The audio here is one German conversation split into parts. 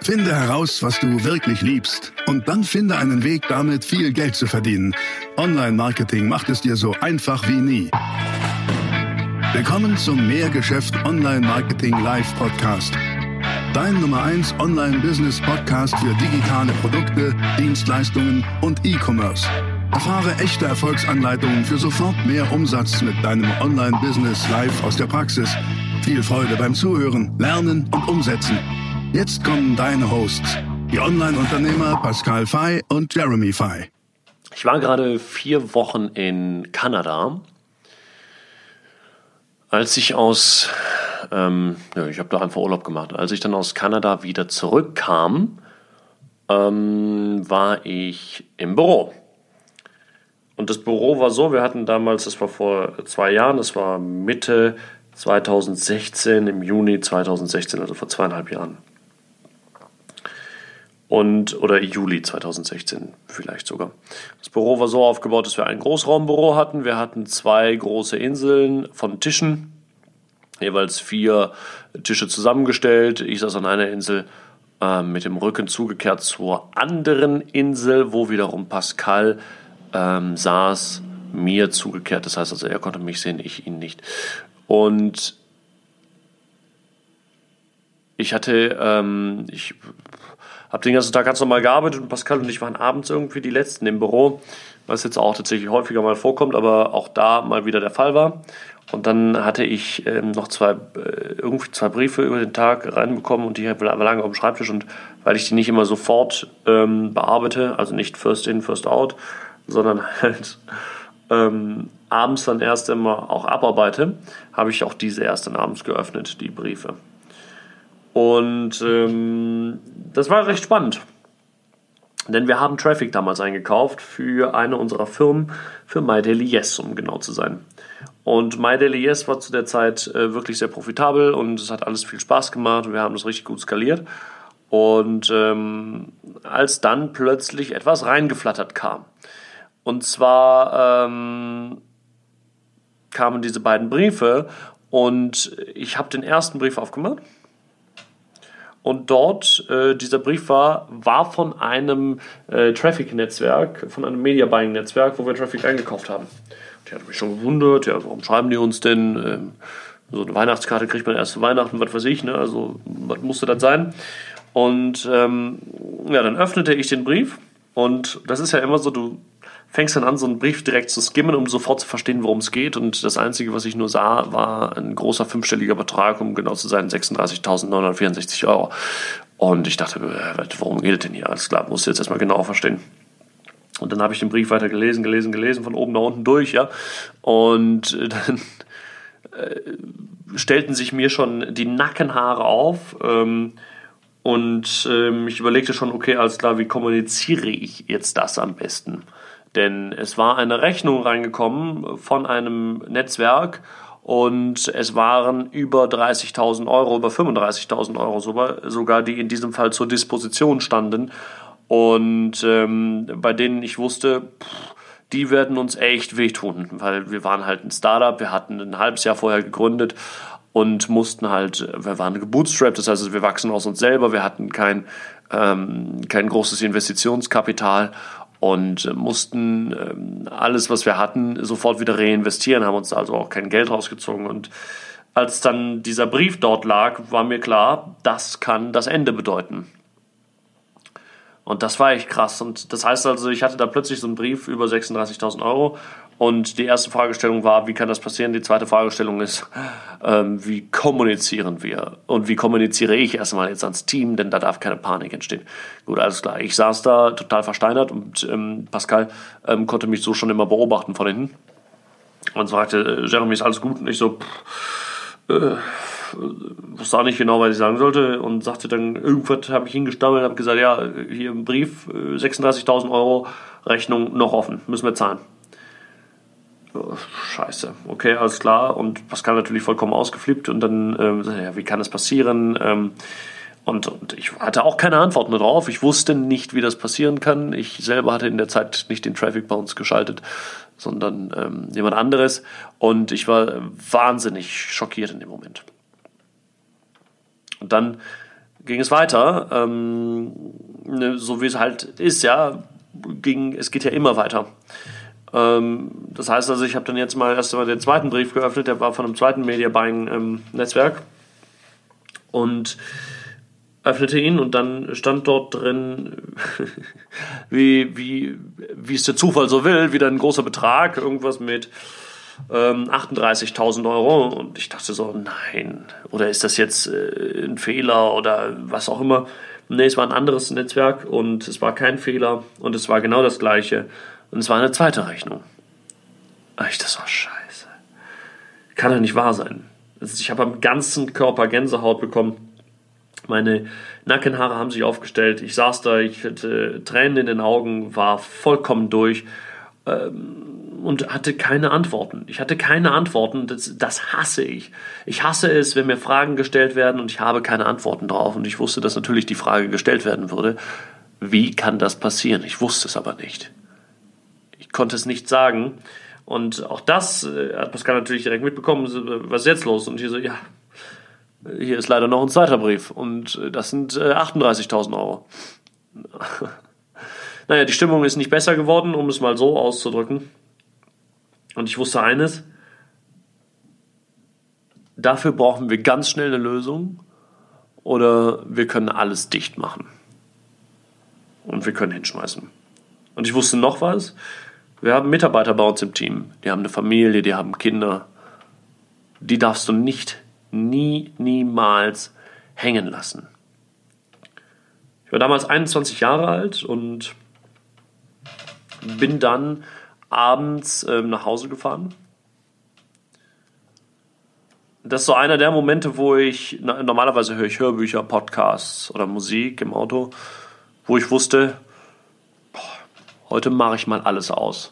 Finde heraus, was du wirklich liebst und dann finde einen Weg, damit viel Geld zu verdienen. Online-Marketing macht es dir so einfach wie nie. Willkommen zum Mehrgeschäft Online-Marketing Live-Podcast. Dein Nummer 1 Online-Business-Podcast für digitale Produkte, Dienstleistungen und E-Commerce. Erfahre echte Erfolgsanleitungen für sofort mehr Umsatz mit deinem Online-Business live aus der Praxis. Viel Freude beim Zuhören, Lernen und Umsetzen. Jetzt kommen deine Hosts, die Online-Unternehmer Pascal Fay und Jeremy Fay. Ich war gerade 4 Wochen in Kanada. Als ich ich habe da einfach Urlaub gemacht. Als ich dann aus Kanada wieder zurückkam, war ich im Büro. Und das Büro war so, wir hatten damals, das war vor 2 Jahren, das war Mitte 2016, im Juni 2016, also vor 2,5 Jahren. Oder Juli 2016 vielleicht sogar. Das Büro war so aufgebaut, dass wir ein Großraumbüro hatten. Wir hatten 2 große Inseln von Tischen, jeweils 4 Tische zusammengestellt. Ich saß an einer Insel mit dem Rücken zugekehrt zur anderen Insel, wo wiederum Pascal saß, mir zugekehrt. Das heißt also, er konnte mich sehen, ich ihn nicht. Und ich habe den ganzen Tag ganz normal gearbeitet und Pascal und ich waren abends irgendwie die Letzten im Büro, was jetzt auch tatsächlich häufiger mal vorkommt, aber auch da mal wieder der Fall war. Und dann hatte ich noch 2 Briefe über den Tag reinbekommen und die waren lange auf dem Schreibtisch, und weil ich die nicht immer sofort bearbeite, also nicht first in, first out, sondern halt abends dann erst immer auch abarbeite, habe ich auch diese erst dann abends geöffnet, die Briefe. Und das war recht spannend, denn wir haben Traffic damals eingekauft für eine unserer Firmen, für MyDailyYes, um genau zu sein. Und MyDailyYes war zu der Zeit wirklich sehr profitabel und es hat alles viel Spaß gemacht und wir haben das richtig gut skaliert. Und als dann plötzlich etwas reingeflattert kam, und zwar kamen diese beiden Briefe und ich habe den ersten Brief aufgemacht. Und dort, dieser Brief war von einem Traffic-Netzwerk, von einem Media-Buying-Netzwerk, wo wir Traffic eingekauft haben. Und ich hatte mich schon gewundert, ja, warum schreiben die uns denn? So eine Weihnachtskarte kriegt man erst zu Weihnachten, was weiß ich, ne? Also was musste das sein? Und dann öffnete ich den Brief und das ist ja immer so, du fängst dann an, so einen Brief direkt zu skimmen, um sofort zu verstehen, worum es geht. Und das Einzige, was ich nur sah, war ein großer 5-stelliger Betrag, um genau zu sein, 36.964 €. Und ich dachte, worum geht es denn hier? Alles klar, musst du jetzt erstmal genau verstehen. Und dann habe ich den Brief weiter gelesen, von oben nach unten durch, ja. Und dann stellten sich mir schon die Nackenhaare auf. Und ich überlegte schon, okay, alles klar, wie kommuniziere ich jetzt das am besten? Denn es war eine Rechnung reingekommen von einem Netzwerk und es waren über 30.000 €, über 35.000 € sogar, die in diesem Fall zur Disposition standen und bei denen ich wusste, die werden uns echt wehtun, weil wir waren halt ein Startup, wir hatten ein halbes Jahr vorher gegründet und wir waren gebootstrapped, das heißt, wir wachsen aus uns selber, wir hatten kein großes Investitionskapital und mussten alles, was wir hatten, sofort wieder reinvestieren, haben uns also auch kein Geld rausgezogen. Und als dann dieser Brief dort lag, war mir klar, das kann das Ende bedeuten. Und das war echt krass. Und das heißt also, ich hatte da plötzlich so einen Brief über 36.000 € und die erste Fragestellung war, wie kann das passieren? Die zweite Fragestellung ist, wie kommunizieren wir? Und wie kommuniziere ich erstmal jetzt ans Team? Denn da darf keine Panik entstehen. Gut, alles klar. Ich saß da total versteinert und Pascal konnte mich so schon immer beobachten von hinten und sagte, Jeremy, ist alles gut? Und ich so, wusste auch nicht genau, was ich sagen sollte und sagte dann, irgendwas habe ich hingestammelt, habe gesagt, ja, hier im Brief, 36.000 € Rechnung noch offen, müssen wir zahlen. Scheiße, okay, alles klar. Und Pascal natürlich vollkommen ausgeflippt und dann, wie kann das passieren? Und ich hatte auch keine Antworten darauf. Ich wusste nicht, wie das passieren kann. Ich selber hatte in der Zeit nicht den Traffic bei uns geschaltet, sondern jemand anderes. Und ich war wahnsinnig schockiert in dem Moment. Und dann ging es weiter, so wie es halt ist, ja, es geht ja immer weiter. Das heißt also, ich habe dann jetzt mal erst mal den zweiten Brief geöffnet, der war von einem zweiten Media Buying Netzwerk und öffnete ihn und dann stand dort drin, wie es der Zufall so will, wieder ein großer Betrag, irgendwas mit 38.000 Euro und ich dachte so, nein, oder ist das jetzt ein Fehler oder was auch immer. Nee, es war ein anderes Netzwerk und es war kein Fehler und es war genau das Gleiche und es war eine zweite Rechnung. Ich dachte so, scheiße, kann doch nicht wahr sein. Also ich habe am ganzen Körper Gänsehaut bekommen. Meine Nackenhaare haben sich aufgestellt. Ich saß da, ich hatte Tränen in den Augen, war vollkommen durch und hatte keine Antworten. Ich hatte keine Antworten, das hasse ich. Ich hasse es, wenn mir Fragen gestellt werden und ich habe keine Antworten drauf. Und ich wusste, dass natürlich die Frage gestellt werden würde, wie kann das passieren? Ich wusste es aber nicht. Ich konnte es nicht sagen. Und auch das hat Pascal natürlich direkt mitbekommen, was ist jetzt los? Und ich so, ja, hier ist leider noch ein zweiter Brief und das sind 38.000 Euro. Naja, die Stimmung ist nicht besser geworden, um es mal so auszudrücken. Und ich wusste eines, dafür brauchen wir ganz schnell eine Lösung oder wir können alles dicht machen. Und wir können hinschmeißen. Und ich wusste noch was, wir haben Mitarbeiter bei uns im Team, die haben eine Familie, die haben Kinder. Die darfst du niemals hängen lassen. Ich war damals 21 Jahre alt und bin dann abends nach Hause gefahren. Das ist so einer der Momente, wo ich, normalerweise höre ich Hörbücher, Podcasts oder Musik im Auto, wo ich wusste, heute mache ich mal alles aus.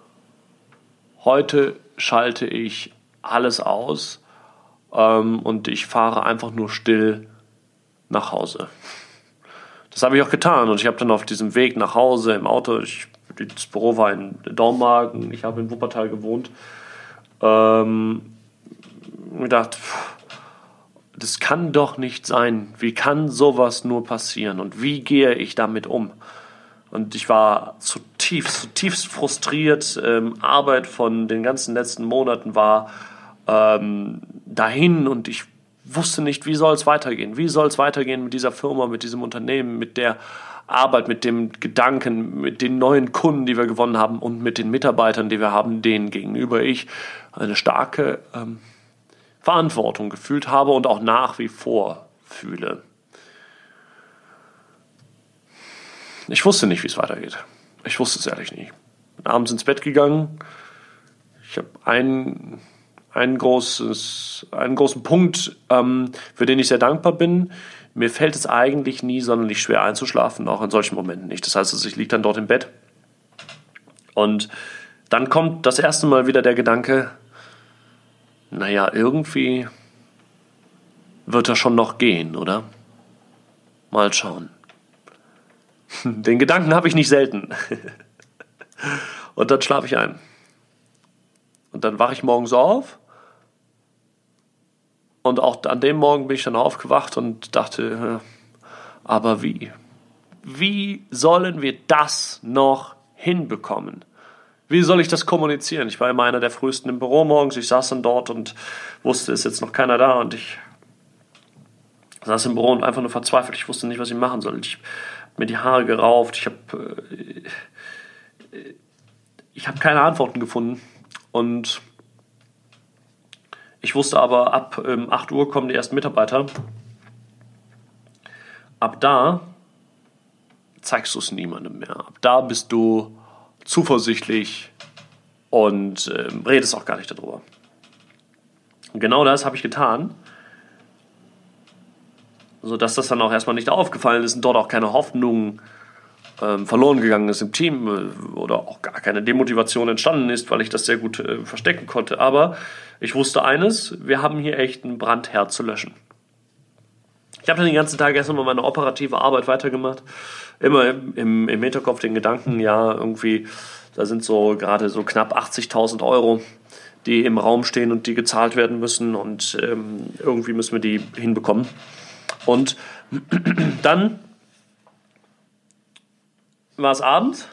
Heute schalte ich alles aus und ich fahre einfach nur still nach Hause. Das habe ich auch getan und ich habe dann auf diesem Weg nach Hause im Auto, das Büro war in Dormagen, ich habe in Wuppertal gewohnt, gedacht, das kann doch nicht sein. Wie kann sowas nur passieren und wie gehe ich damit um? Und ich war zutiefst frustriert. Arbeit von den ganzen letzten Monaten war dahin und ich wusste nicht, wie soll es weitergehen. Wie soll es weitergehen mit dieser Firma, mit diesem Unternehmen, mit der Arbeit, mit dem Gedanken, mit den neuen Kunden, die wir gewonnen haben und mit den Mitarbeitern, die wir haben, denen gegenüber ich eine starke Verantwortung gefühlt habe und auch nach wie vor fühle. Ich wusste nicht, wie es weitergeht. Ich wusste es ehrlich nicht. Bin abends ins Bett gegangen. Ich habe einen großen Punkt, für den ich sehr dankbar bin. Mir fällt es eigentlich nie sonderlich schwer einzuschlafen, auch in solchen Momenten nicht. Das heißt, also ich liege dann dort im Bett und dann kommt das erste Mal wieder der Gedanke, naja, irgendwie wird er schon noch gehen, oder? Mal schauen. Den Gedanken habe ich nicht selten. Und dann schlafe ich ein. Und dann wache ich morgens auf. Und auch an dem Morgen bin ich dann aufgewacht und dachte, aber wie? Wie sollen wir das noch hinbekommen? Wie soll ich das kommunizieren? Ich war immer einer der frühesten im Büro morgens. Ich saß dann dort und wusste, es ist jetzt noch keiner da. Und ich saß im Büro und einfach nur verzweifelt. Ich wusste nicht, was ich machen soll. Ich habe mir die Haare gerauft. Ich habe keine Antworten gefunden. Und ich wusste aber, ab 8 Uhr kommen die ersten Mitarbeiter. Ab da zeigst du es niemandem mehr. Ab da bist du zuversichtlich und redest auch gar nicht darüber. Und genau das habe ich getan, sodass das dann auch erstmal nicht aufgefallen ist und dort auch keine Hoffnung verloren gegangen ist im Team oder auch gar keine Demotivation entstanden ist, weil ich das sehr gut verstecken konnte. Aber ich wusste eines, wir haben hier echt einen Brandherd zu löschen. Ich habe dann den ganzen Tag erstmal meine operative Arbeit weitergemacht. Immer im Hinterkopf den Gedanken, ja, irgendwie, da sind so gerade so knapp 80.000 Euro, die im Raum stehen und die gezahlt werden müssen und irgendwie müssen wir die hinbekommen. Und Dann war es abends.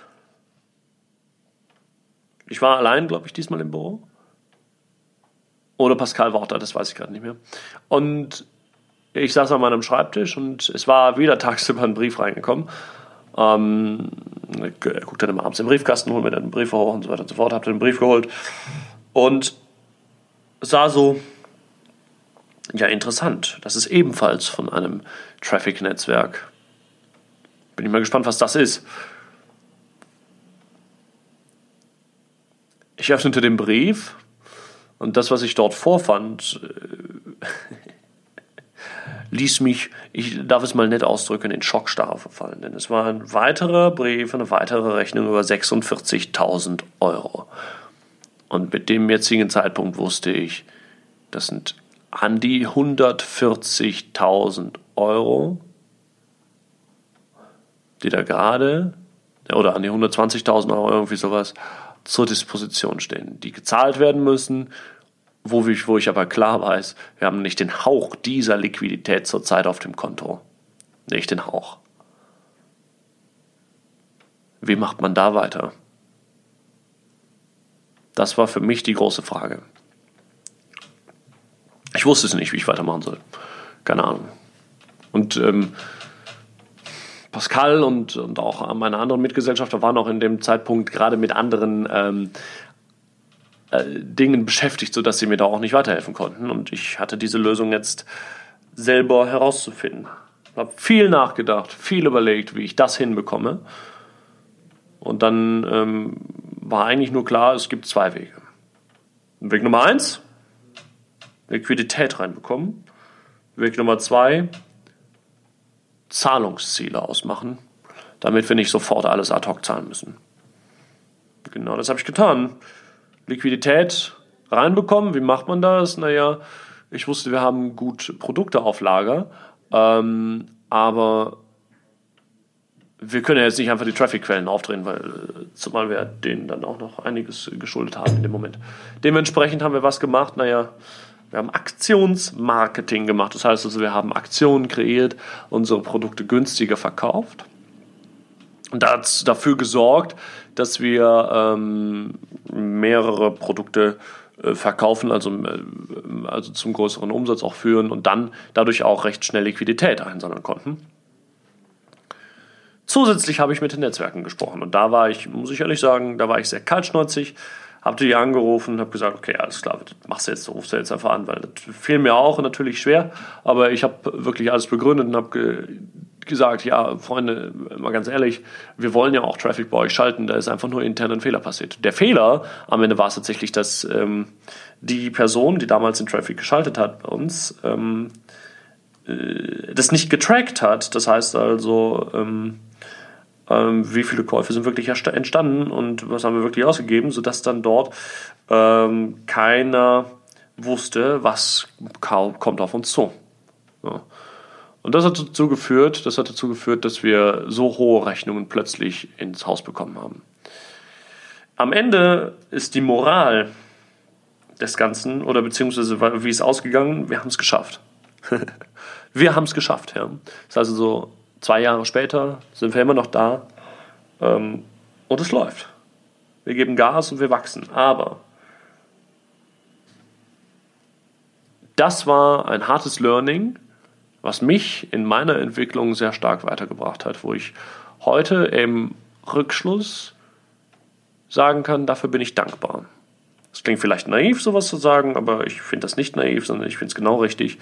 Ich war allein, glaube ich, diesmal im Büro. Oder Pascal war auch da, das weiß ich gerade nicht mehr. Und ich saß an meinem Schreibtisch und es war wieder tagsüber ein Brief reingekommen. Ich guckte dann immer abends im Briefkasten, hol mir dann einen Brief hoch und so weiter und so fort. Hab dann den Brief geholt und sah so, ja, interessant. Das ist ebenfalls von einem Traffic-Netzwerk. Bin ich mal gespannt, was das ist. Ich öffnete den Brief und das, was ich dort vorfand, ließ mich, ich darf es mal nett ausdrücken, in Schockstarre verfallen. Denn es war ein weiterer Brief, eine weitere Rechnung über 46.000 Euro. Und mit dem jetzigen Zeitpunkt wusste ich, das sind an die 140.000 Euro, die da gerade, oder an die 120.000 Euro, irgendwie sowas, zur Disposition stehen, die gezahlt werden müssen, wo ich aber klar weiß, wir haben nicht den Hauch dieser Liquidität zurzeit auf dem Konto. Nicht den Hauch. Wie macht man da weiter? Das war für mich die große Frage. Ich wusste es nicht, wie ich weitermachen soll. Keine Ahnung. Und Pascal und auch meine anderen Mitgesellschafter waren auch in dem Zeitpunkt gerade mit anderen Dingen beschäftigt, sodass sie mir da auch nicht weiterhelfen konnten. Und ich hatte diese Lösung jetzt selber herauszufinden. Ich habe viel nachgedacht, viel überlegt, wie ich das hinbekomme. Und dann war eigentlich nur klar, es gibt zwei Wege. Weg Nummer 1, Liquidität reinbekommen. Weg Nummer 2, Zahlungsziele ausmachen, damit wir nicht sofort alles ad hoc zahlen müssen. Genau, das habe ich getan. Liquidität reinbekommen, wie macht man das? Naja, ich wusste, wir haben gut Produkte auf Lager, aber wir können ja jetzt nicht einfach die Traffic-Quellen aufdrehen, zumal wir denen dann auch noch einiges geschuldet haben in dem Moment. Dementsprechend haben wir was gemacht, naja, wir haben Aktionsmarketing gemacht, das heißt also, wir haben Aktionen kreiert, unsere Produkte günstiger verkauft und dafür gesorgt, dass wir mehrere Produkte verkaufen, also zum größeren Umsatz auch führen und dann dadurch auch recht schnell Liquidität einsammeln konnten. Zusätzlich habe ich mit den Netzwerken gesprochen und da war ich, muss ich ehrlich sagen, da war ich sehr kaltschnäuzig, habe die angerufen und habe gesagt, okay, alles klar, rufst du jetzt einfach an, weil das fiel mir auch natürlich schwer, aber ich habe wirklich alles begründet und habe gesagt, ja, Freunde, mal ganz ehrlich, wir wollen ja auch Traffic bei euch schalten, da ist einfach nur intern ein Fehler passiert. Der Fehler am Ende war es tatsächlich, dass die Person, die damals den Traffic geschaltet hat bei uns, das nicht getrackt hat, das heißt also, wie viele Käufe sind wirklich entstanden und was haben wir wirklich ausgegeben, sodass dann dort keiner wusste, was kommt auf uns zu. Ja. Und das hat dazu geführt, dass wir so hohe Rechnungen plötzlich ins Haus bekommen haben. Am Ende ist die Moral des Ganzen, oder beziehungsweise wie es ausgegangen, wir haben es geschafft. Wir haben es geschafft, ja. Das heißt also so 2 Jahre später sind wir immer noch da und es läuft. Wir geben Gas und wir wachsen. Aber das war ein hartes Learning, was mich in meiner Entwicklung sehr stark weitergebracht hat, wo ich heute im Rückschluss sagen kann, dafür bin ich dankbar. Es klingt vielleicht naiv, sowas zu sagen, aber ich finde das nicht naiv, sondern ich finde es genau richtig.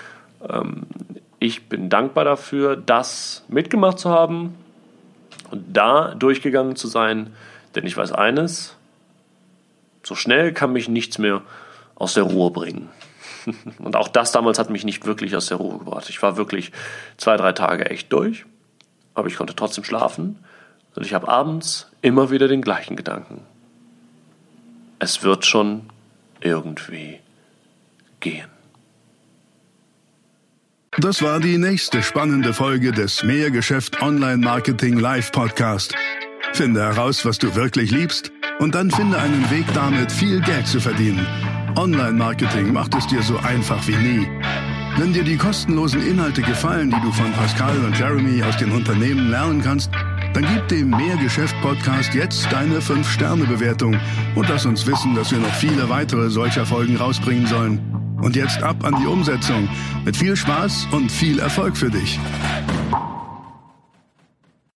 Ich bin dankbar dafür, das mitgemacht zu haben und da durchgegangen zu sein, denn ich weiß eines, so schnell kann mich nichts mehr aus der Ruhe bringen. Und auch das damals hat mich nicht wirklich aus der Ruhe gebracht. Ich war wirklich 2-3 Tage echt durch, aber ich konnte trotzdem schlafen und ich habe abends immer wieder den gleichen Gedanken. Es wird schon irgendwie gehen. Das war die nächste spannende Folge des Mehrgeschäft Online Marketing Live Podcast. Finde heraus, was du wirklich liebst und dann finde einen Weg damit, viel Geld zu verdienen. Online-Marketing macht es dir so einfach wie nie. Wenn dir die kostenlosen Inhalte gefallen, die du von Pascal und Jeremy aus den Unternehmen lernen kannst, dann gib dem Mehrgeschäft-Podcast jetzt deine 5-Sterne-Bewertung und lass uns wissen, dass wir noch viele weitere solcher Folgen rausbringen sollen. Und jetzt ab an die Umsetzung. Mit viel Spaß und viel Erfolg für dich.